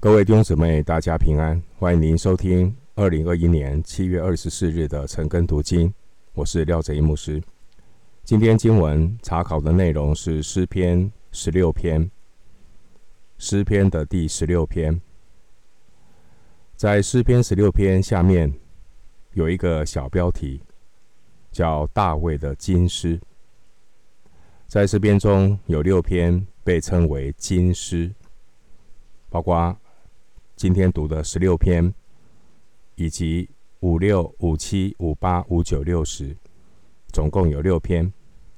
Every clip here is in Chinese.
各位弟兄姊妹，大家平安，欢迎您收听2021年7月24日的晨更读经，我是廖哲一牧师。今天经文查考的内容是诗篇16篇，诗篇的第16篇。在诗篇16篇下面有一个小标题，叫大卫的金诗。在诗篇中有6篇被称为金诗，包括今天读的16篇，以及56、57、58、59、60，总共有6篇。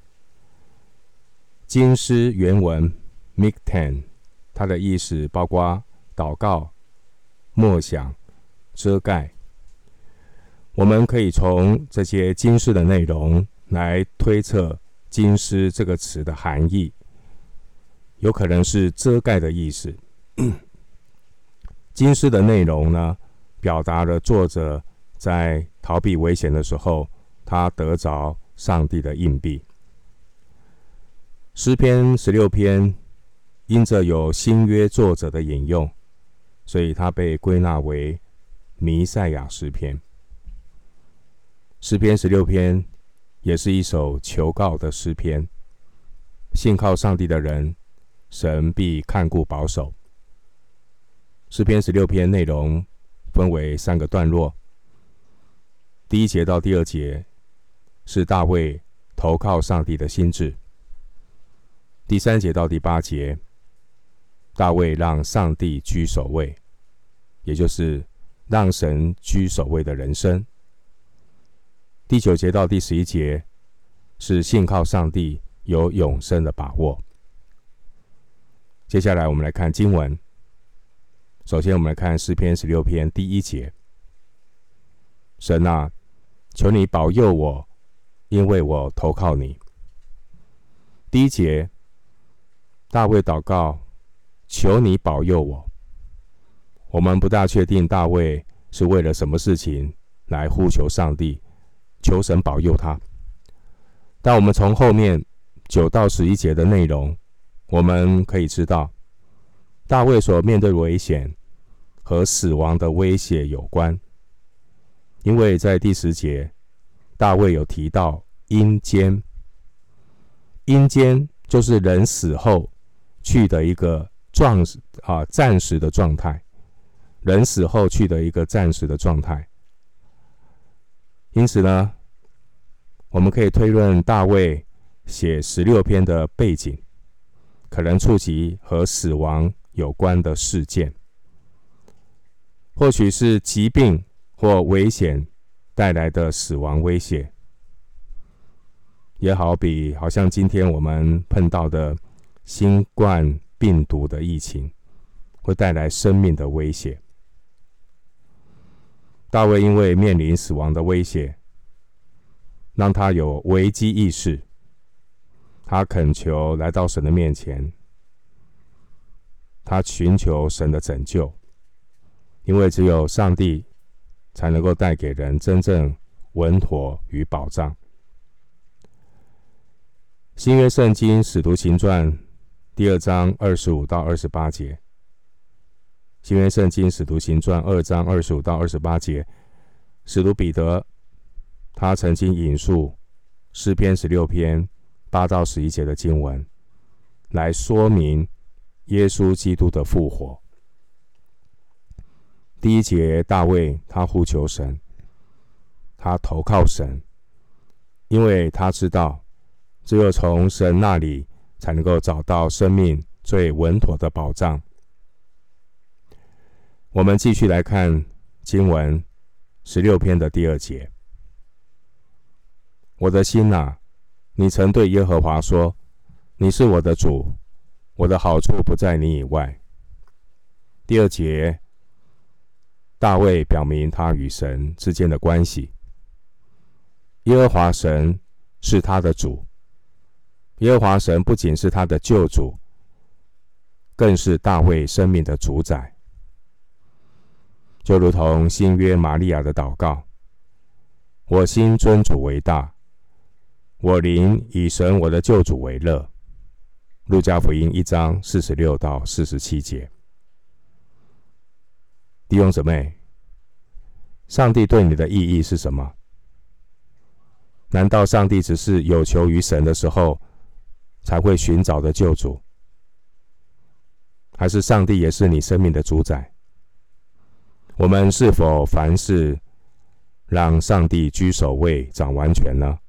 金诗原文 Miktan， 它的意思包括祷告、默想、遮盖。我们可以从这些金诗的内容来推测金诗这个词的含义，有可能是遮盖的意思。金诗的内容呢，表达了作者在逃避危险的时候，他得着上帝的印币。诗篇16篇因着有新约作者的引用，所以它被归纳为弥赛亚诗篇。诗篇16篇也是一首求告的诗篇，信靠上帝的人，神必看顾保守。诗篇16篇内容分为3个段落，第1节到第2节是大卫投靠上帝的心志，第3节到第8节，大卫让上帝居首位，也就是让神居首位的人生。第9节到第11节是信靠上帝有永生的把握。接下来我们来看经文。首先我们来看诗篇16篇第1节，神啊，求你保佑我，因为我投靠你。第1节，大卫祷告，求你保佑我。我们不大确定大卫是为了什么事情来呼求上帝，求神保佑他。但我们从后面9到11节的内容，我们可以知道，大卫所面对的危险和死亡的威胁有关。因为在第10节，大卫有提到阴间。阴间就是人死后去的一个暂时的状态，人死后去的一个暂时的状态。因此呢，我们可以推论大卫写16篇的背景，可能触及和死亡有关的事件，或许是疾病或危险带来的死亡威胁，也好像今天我们碰到的新冠病毒的疫情，会带来生命的威胁。大卫因为面临死亡的威胁，让他有危机意识，他恳求来到神的面前，他寻求神的拯救，因为只有上帝才能够带给人真正稳妥与保障。新约圣经使徒行传第2章25到28节，新约圣经使徒行传2章25到28节，使徒彼得他曾经引述诗篇16篇8到11节的经文，来说明耶稣基督的复活。第1节，大卫他呼求神，他投靠神，因为他知道只有从神那里才能够找到生命最稳妥的保障。我们继续来看经文16篇的第2节，我的心啊，你曾对耶和华说，你是我的主，我的好处不在你以外。第2节，大卫表明他与神之间的关系。耶和华神是他的主，耶和华神不仅是他的救主，更是大卫生命的主宰。就如同新约玛利亚的祷告，我心尊主为大，我灵以神我的救主为乐。路加福音1章46到47节。 弟兄姊妹，上帝对你的意义是什么？难道上帝只是有求于神的时候才会寻找的救主？还是上帝也是你生命的主宰？我们是否凡事让上帝居首位，掌完全呢？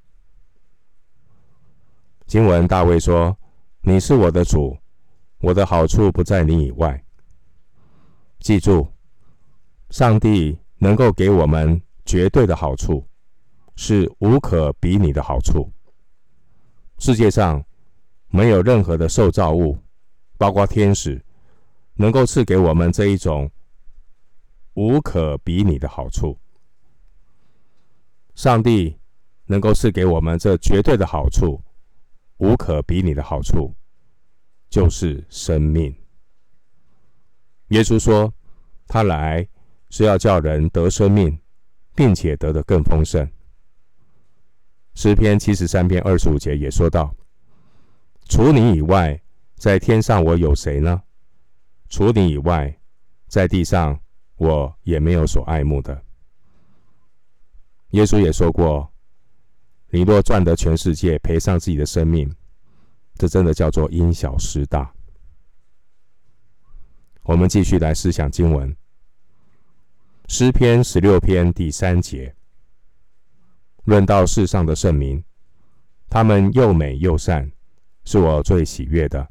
经文大卫说：你是我的主，我的好处不在你以外。记住，上帝能够给我们绝对的好处，是无可比拟的好处。世界上没有任何的受造物，包括天使，能够赐给我们这一种无可比拟的好处。上帝能够赐给我们这绝对的好处，无可比拟的好处，就是生命。耶稣说，他来是要叫人得生命，并且得得更丰盛。诗篇73篇25节也说到：除你以外，在天上我有谁呢？除你以外，在地上我也没有所爱慕的。耶稣也说过，你若赚得全世界，赔上自己的生命，这真的叫做因小失大。我们继续来思想经文，诗篇16篇第3节，论到世上的圣民，他们又美又善，是我最喜悦的。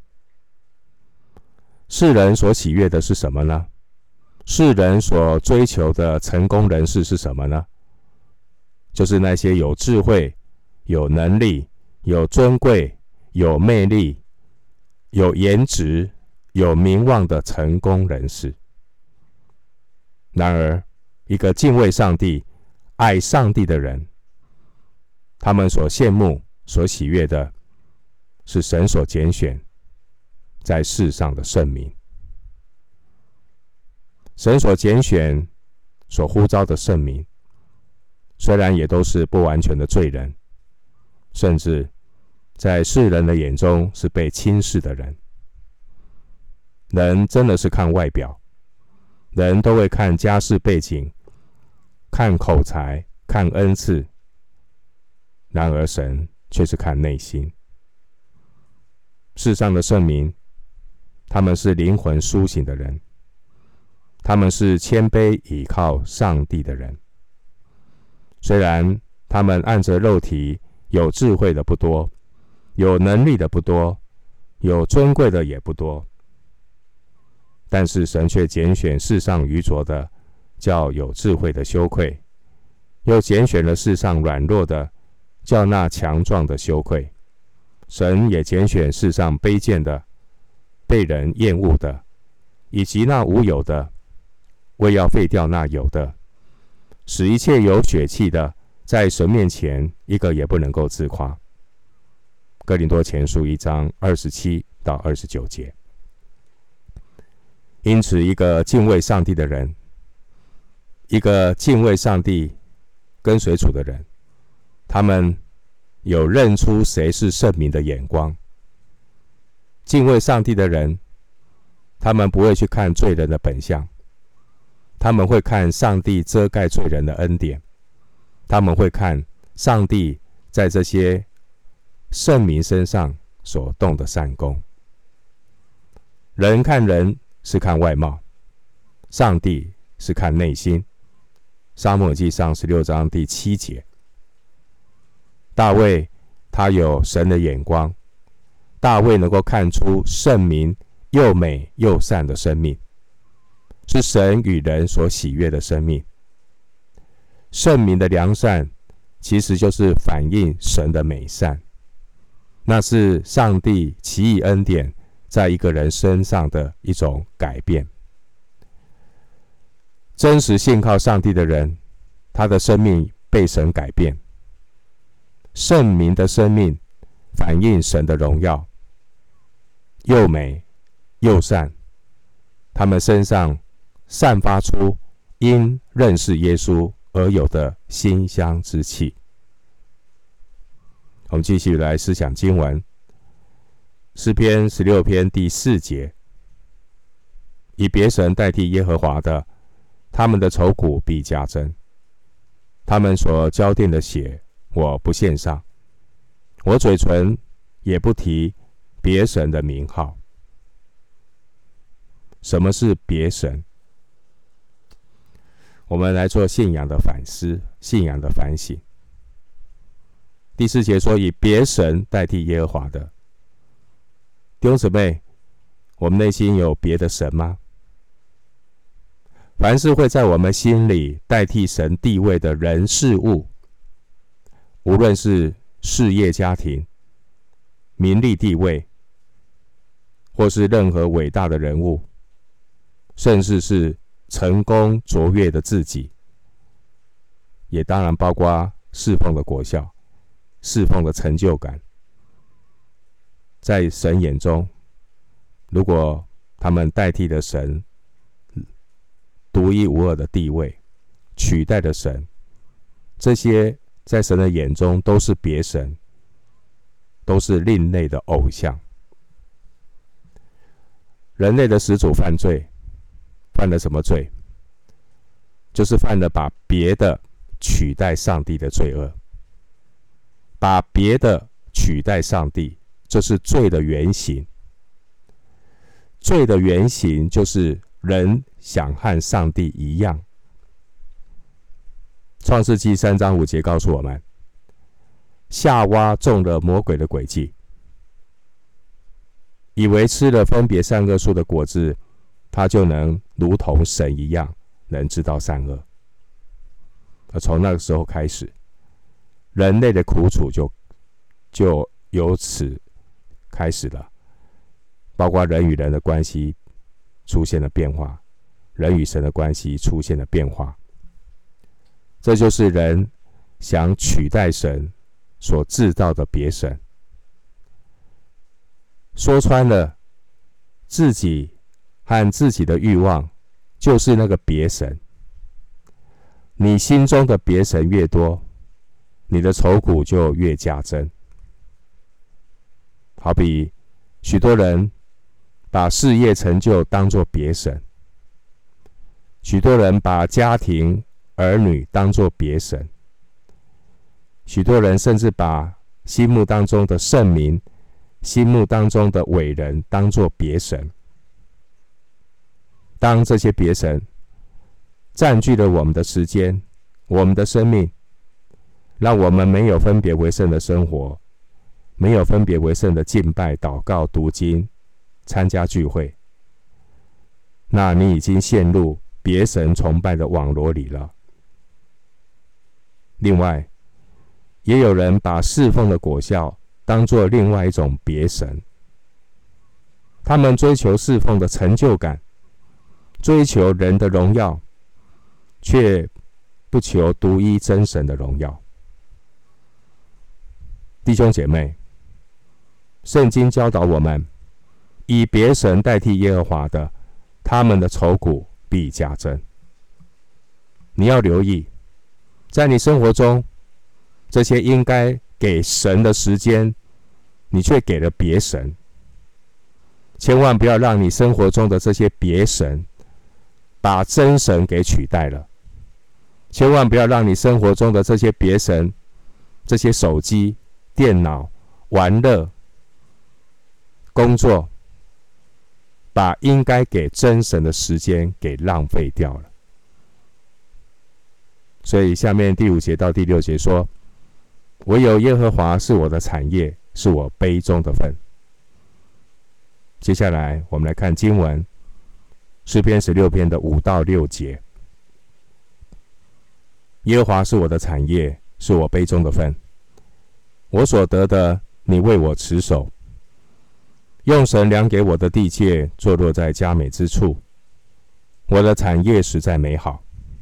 世人所喜悦的是什么呢？世人所追求的成功人士是什么呢？就是那些有智慧、有能力、有尊贵、有魅力、有颜值、有名望的成功人士。然而，一个敬畏上帝、爱上帝的人，他们所羡慕、所喜悦的，是神所拣选在世上的圣民。神所拣选、所呼召的圣民，虽然也都是不完全的罪人，甚至在世人的眼中是被轻视的人。人真的是看外表，人都会看家世背景，看口才，看恩赐，然而神却是看内心。世上的圣民，他们是灵魂苏醒的人，他们是谦卑倚靠上帝的人。虽然他们按着肉体有智慧的不多，有能力的不多，有尊贵的也不多，但是神却拣选世上愚拙的，叫有智慧的羞愧；又拣选了世上软弱的，叫那强壮的羞愧。神也拣选世上卑贱的，被人厌恶的，以及那无有的，为要废掉那有的，使一切有血气的，在神面前一个也不能够自夸。哥林多前书1章27到29节。因此，一个敬畏上帝的人，一个敬畏上帝、跟随主的人，他们有认出谁是圣民的眼光。敬畏上帝的人，他们不会去看罪人的本相，他们会看上帝遮盖罪人的恩典，他们会看上帝在这些圣民身上所动的善功。人看人是看外貌，上帝是看内心。撒母耳记上16章第7节。大卫他有神的眼光，大卫能够看出圣民又美又善的生命，是神与人所喜悦的生命。圣民的良善其实就是反映神的美善，那是上帝奇异恩典在一个人身上的一种改变。真实信靠上帝的人，他的生命被神改变。圣民的生命反映神的荣耀，又美又善，他们身上散发出因认识耶稣而有的馨香之气。我们继续来思想经文，诗篇16篇第4节，以别神代替耶和华的， 他们的愁苦必加增。他们所浇奠的血，我不献上，我嘴唇也不提别神的名号。什么是别神？我们来做信仰的反思，信仰的反省。第4节说，以别神代替耶和华的。弟兄姊妹，我们内心有别的神吗？凡是会在我们心里代替神地位的人事物，无论是事业家庭、名利地位，或是任何伟大的人物，甚至是成功卓越的自己，也当然包括侍奉的果效、侍奉的成就感。在神眼中，如果他们代替了神独一无二的地位，取代了神，这些在神的眼中都是别神，都是另类的偶像。人类的始祖犯罪，犯了什么罪？就是犯了把别的取代上帝的罪恶。把别的取代上帝，这是罪的原型。罪的原型就是人想和上帝一样。创世纪3章5节告诉我们，夏娃中了魔鬼的诡计，以为吃了分别善恶树的果子，他就能如同神一样，能知道善恶。而从那个时候开始，人类的苦楚就由此开始了，包括人与人的关系出现了变化，人与神的关系出现了变化。这就是人想取代神所制造的别神。说穿了，自己和自己的欲望就是那个别神。你心中的别神越多，你的愁苦就越加增。好比许多人把事业成就当作别神，许多人把家庭儿女当作别神，许多人甚至把心目当中的圣民、心目当中的伟人当作别神。当这些别神占据了我们的时间、我们的生命，让我们没有分别为圣的生活，没有分别为圣的敬拜、祷告、读经、参加聚会，那你已经陷入别神崇拜的网罗里了。另外，也有人把侍奉的果效当作另外一种别神，他们追求侍奉的成就感，追求人的荣耀，却不求独一真神的荣耀。弟兄姐妹，圣经教导我们，以别神代替耶和华的，他们的愁苦必加增。你要留意，在你生活中，这些应该给神的时间，你却给了别神。千万不要让你生活中的这些别神把真神给取代了。千万不要让你生活中的这些别神，这些手机、电脑、玩乐、工作，把应该给真神的时间给浪费掉了。所以下面第5节到第6节说，唯有耶和华是我的产业，是我杯中的分。接下来我们来看经文，诗篇16篇的5到6节。耶和华是我的产业，是我杯中的分。我所得的，你为我持守。用神量给我的地界，坐落在佳美之处。我的产业实在美好。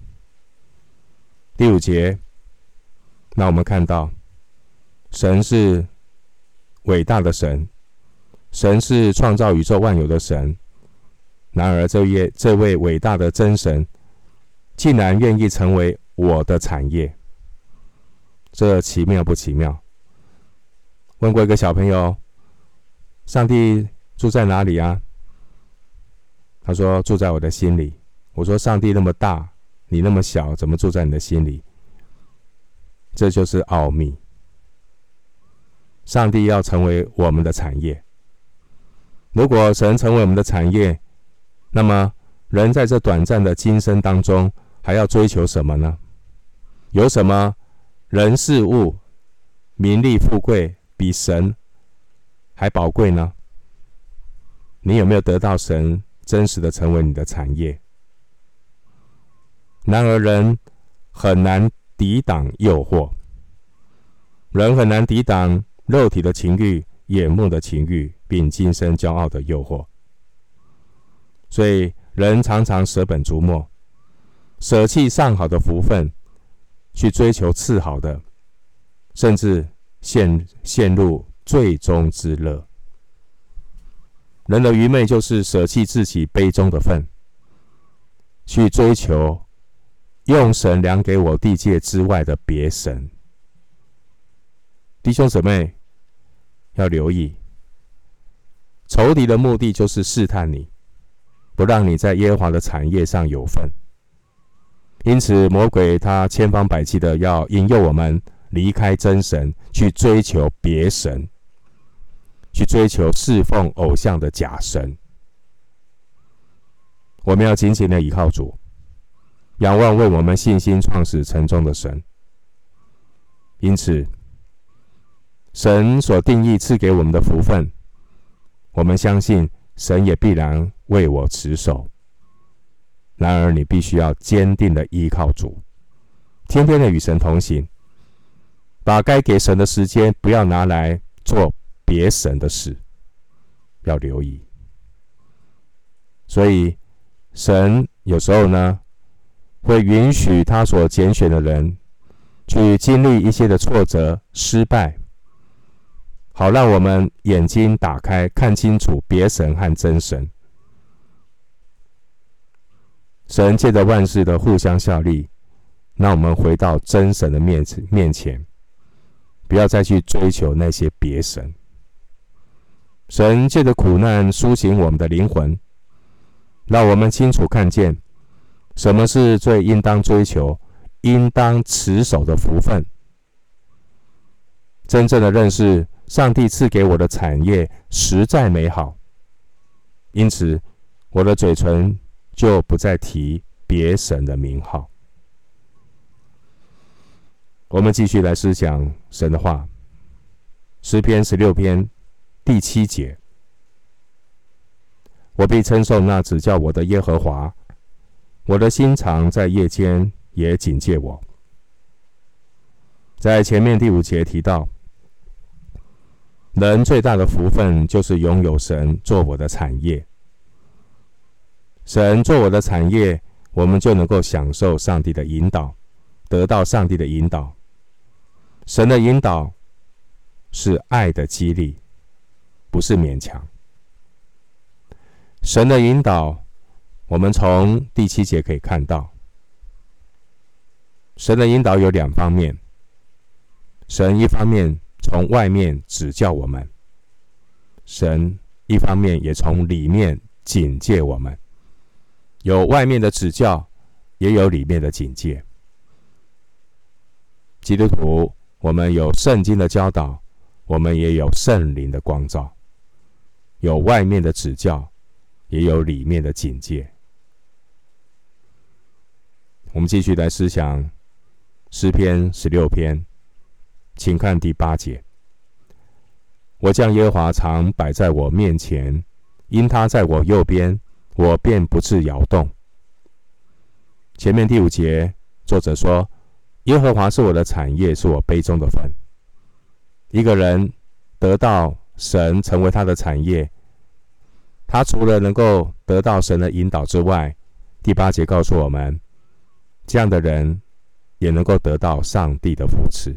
第5节，那我们看到，神是伟大的神，神是创造宇宙万有的神。然而这位伟大的真神，竟然愿意成为我的产业，这奇妙不奇妙？问过一个小朋友，上帝住在哪里啊？他说住在我的心里。我说上帝那么大， 你那么小，怎么住在你的心里？这就是奥秘。上帝要成为我们的产业。如果神成为我们的产业，那么人在这短暂的今生当中，还要追求什么呢？有什么人事物、名利富贵比神还宝贵呢？你有没有得到神真实的成为你的产业？然而人很难抵挡诱惑，人很难抵挡肉体的情欲、眼目的情欲，并今生骄傲的诱惑。所以人常常舍本逐末，舍弃上好的福分，去追求次好的，甚至陷入罪中之乐。人的愚昧就是舍弃自己杯中的分，去追求用神量给我地界之外的别神。弟兄姊妹要留意，仇敌的目的就是试探你，不让你在耶和华的产业上有份。因此魔鬼他千方百计的要引诱我们离开真神，去追求别神，去追求侍奉偶像的假神。我们要紧紧的倚靠主，仰望为我们信心创始成终的神。因此神所定义赐给我们的福分，我们相信神也必然为我持守。然而你必须要坚定的依靠主，天天的与神同行，把该给神的时间不要拿来做别神的事，要留意。所以神有时候呢，会允许他所拣选的人去经历一些的挫折、失败，好让我们眼睛打开，看清楚别神和真神。神借着万事的互相效力，让我们回到真神的面前，不要再去追求那些别神。神借着苦难苏醒我们的灵魂，让我们清楚看见什么是最应当追求、应当持守的福分。真正的认识上帝赐给我的产业实在美好，因此我的嘴唇就不再提别神的名号。我们继续来思想神的话。诗篇16篇第7节，我必称颂那指教我的耶和华，我的心肠在夜间也警戒我。在前面第5节提到，人最大的福分就是拥有神做我的产业。神做我的产业，我们就能够享受上帝的引导，得到上帝的引导。神的引导是爱的激励，不是勉强。神的引导，我们从第7节可以看到，神的引导有2方面。神一方面从外面指教我们，神一方面也从里面警戒我们。有外面的指教，也有里面的警戒。基督徒，我们有圣经的教导，我们也有圣灵的光照，有外面的指教，也有里面的警戒。我们继续来思想诗篇16篇，请看第8节。我将耶和华常摆在我面前，因他在我右边，我便不致摇动。前面第5节，作者说，耶和华是我的产业，是我杯中的分。一个人得到神成为他的产业，他除了能够得到神的引导之外，第8节告诉我们，这样的人也能够得到上帝的扶持。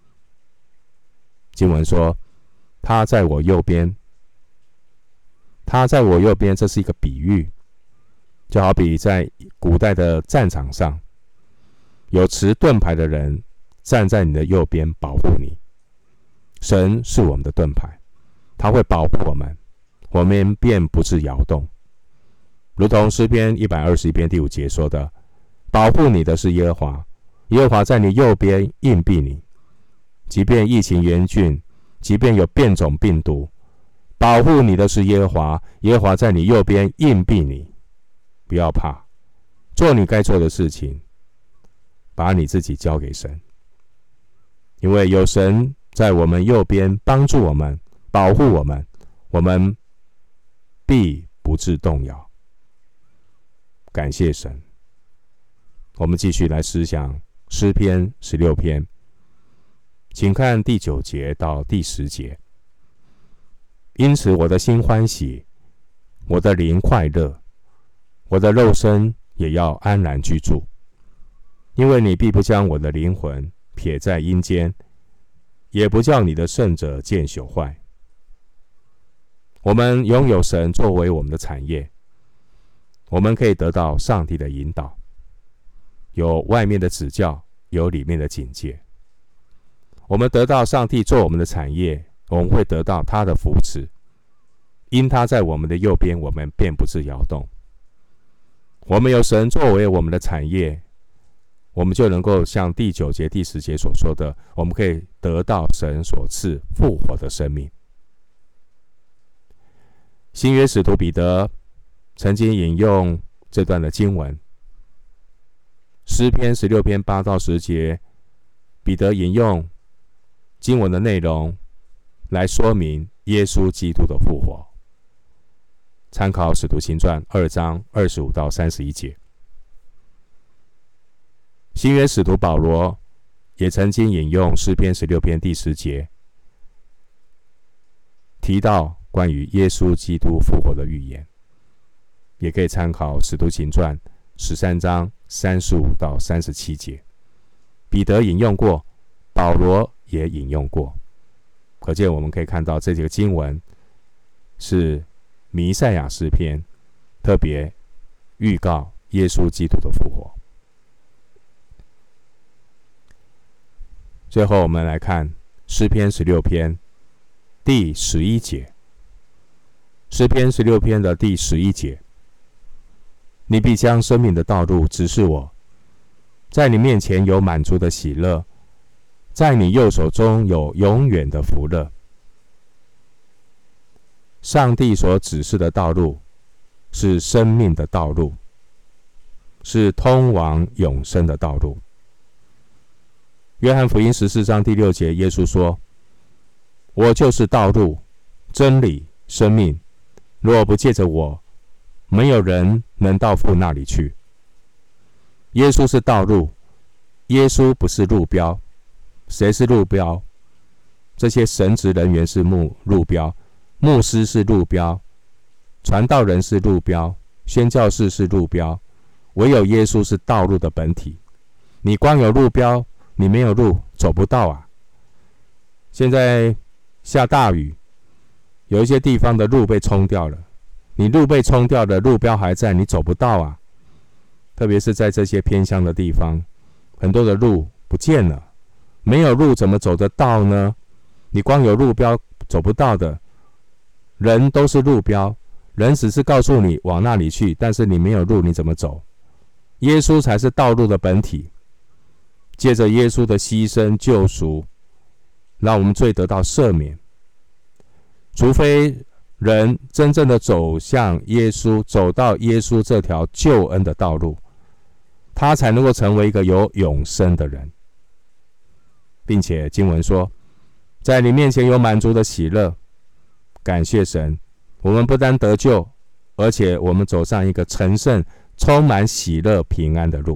经文说，他在我右边，他在我右边，这是一个比喻，就好比在古代的战场上，有持盾牌的人站在你的右边保护你。神是我们的盾牌，他会保护我们，我们便不致摇动。如同诗篇121篇第5节说的， 保护你的是耶和华，耶和华在你右边硬币你。即便疫情严峻，即便有变种病毒，保护你的是耶和华，耶和华在你右边硬币你。不要怕，做你该做的事情，把你自己交给神，因为有神在我们右边帮助我们，保护我们，我们必不致动摇。感谢神。我们继续来思想诗篇16篇，请看第9节到第10节。因此我的心欢喜，我的灵快乐，我的肉身也要安然居住，因为你必不将我的灵魂撇在阴间，也不叫你的圣者见朽坏。我们拥有神作为我们的产业，我们可以得到上帝的引导，有外面的指教，有里面的警戒。我们得到上帝做我们的产业，我们会得到他的扶持，因他在我们的右边，我们便不致摇动。我们有神作为我们的产业，我们就能够像第9节、第10节所说的，我们可以得到神所赐复活的生命。新约使徒彼得曾经引用这段的经文，诗篇16篇8到10节，彼得引用经文的内容来说明耶稣基督的复活。参考使徒行传2章25到31节。新约使徒保罗也曾经引用诗篇16篇第10节，提到关于耶稣基督复活的预言，也可以参考使徒行传13章35到37节。彼得引用过，保罗也引用过，可见我们可以看到这几个经文是弥赛亚诗篇，特别预告耶稣基督的复活。最后我们来看诗篇16篇第11节。诗篇16篇的第11节，你必将生命的道路指示我，在你面前有满足的喜乐，在你右手中有永远的福乐。上帝所指示的道路是生命的道路，是通往永生的道路。约翰福音14章第6节，耶稣说，我就是道路、真理、生命，若不借着我，没有人能到父那里去。耶稣是道路，耶稣不是路标。谁是路标？这些神职人员是路标，牧师是路标，传道人是路标，宣教士是路标，唯有耶稣是道路的本体。你光有路标，你没有路，走不到啊！现在下大雨，有一些地方的路被冲掉了，你路被冲掉了，路标还在，你走不到啊！特别是在这些偏乡的地方，很多的路不见了，没有路怎么走得到呢？你光有路标走不到的，人都是路标，人只是告诉你往那里去，但是你没有路，你怎么走？耶稣才是道路的本体。借着耶稣的牺牲救赎，让我们罪得到赦免。除非人真正的走向耶稣，走到耶稣这条救恩的道路，他才能够成为一个有永生的人。并且经文说，在你面前有满足的喜乐。感谢神，我们不单得救，而且我们走上一个成圣、充满喜乐、平安的路。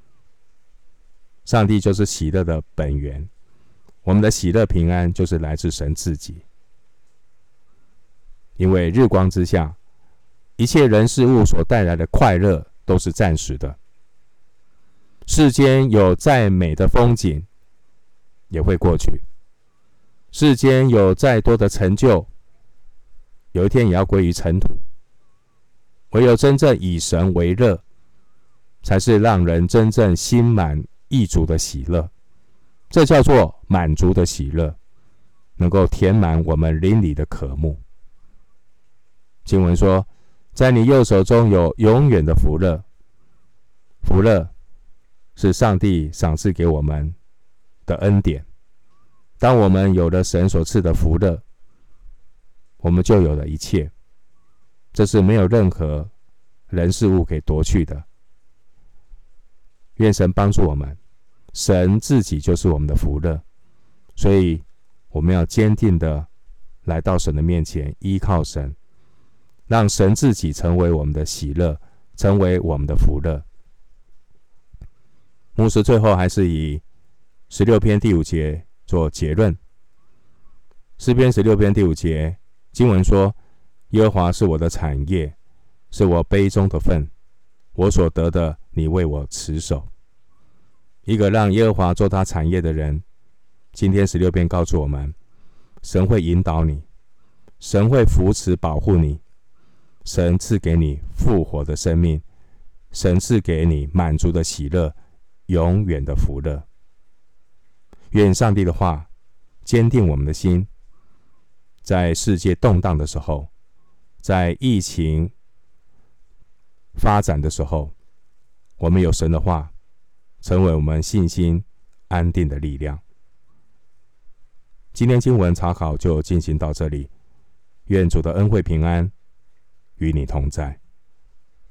上帝就是喜乐的本源，我们的喜乐平安就是来自神自己。因为日光之下，一切人事物所带来的快乐都是暂时的。世间有再美的风景也会过去，世间有再多的成就，有一天也要归于尘土。唯有真正以神为乐，才是让人真正心满意足的喜乐，这叫做满足的喜乐，能够填满我们灵里的渴慕。经文说，在你右手中有永远的福乐。福乐是上帝赏赐给我们的恩典。当我们有了神所赐的福乐，我们就有了一切，这是没有任何人事物可以夺去的。愿神帮助我们，神自己就是我们的福乐，所以我们要坚定的来到神的面前，依靠神，让神自己成为我们的喜乐，成为我们的福乐。牧师最后还是以16篇第5节做结论。诗篇16篇第5节经文说，耶和华是我的产业，是我杯中的分，我所得的你为我持守。一个让耶和华做他产业的人，今天16篇告诉我们，神会引导你，神会扶持保护你，神赐给你复活的生命，神赐给你满足的喜乐，永远的福乐。愿上帝的话坚定我们的心，在世界动荡的时候，在疫情发展的时候，我们有神的话成为我们信心安定的力量。今天经文查考就进行到这里，愿主的恩惠平安与你同在。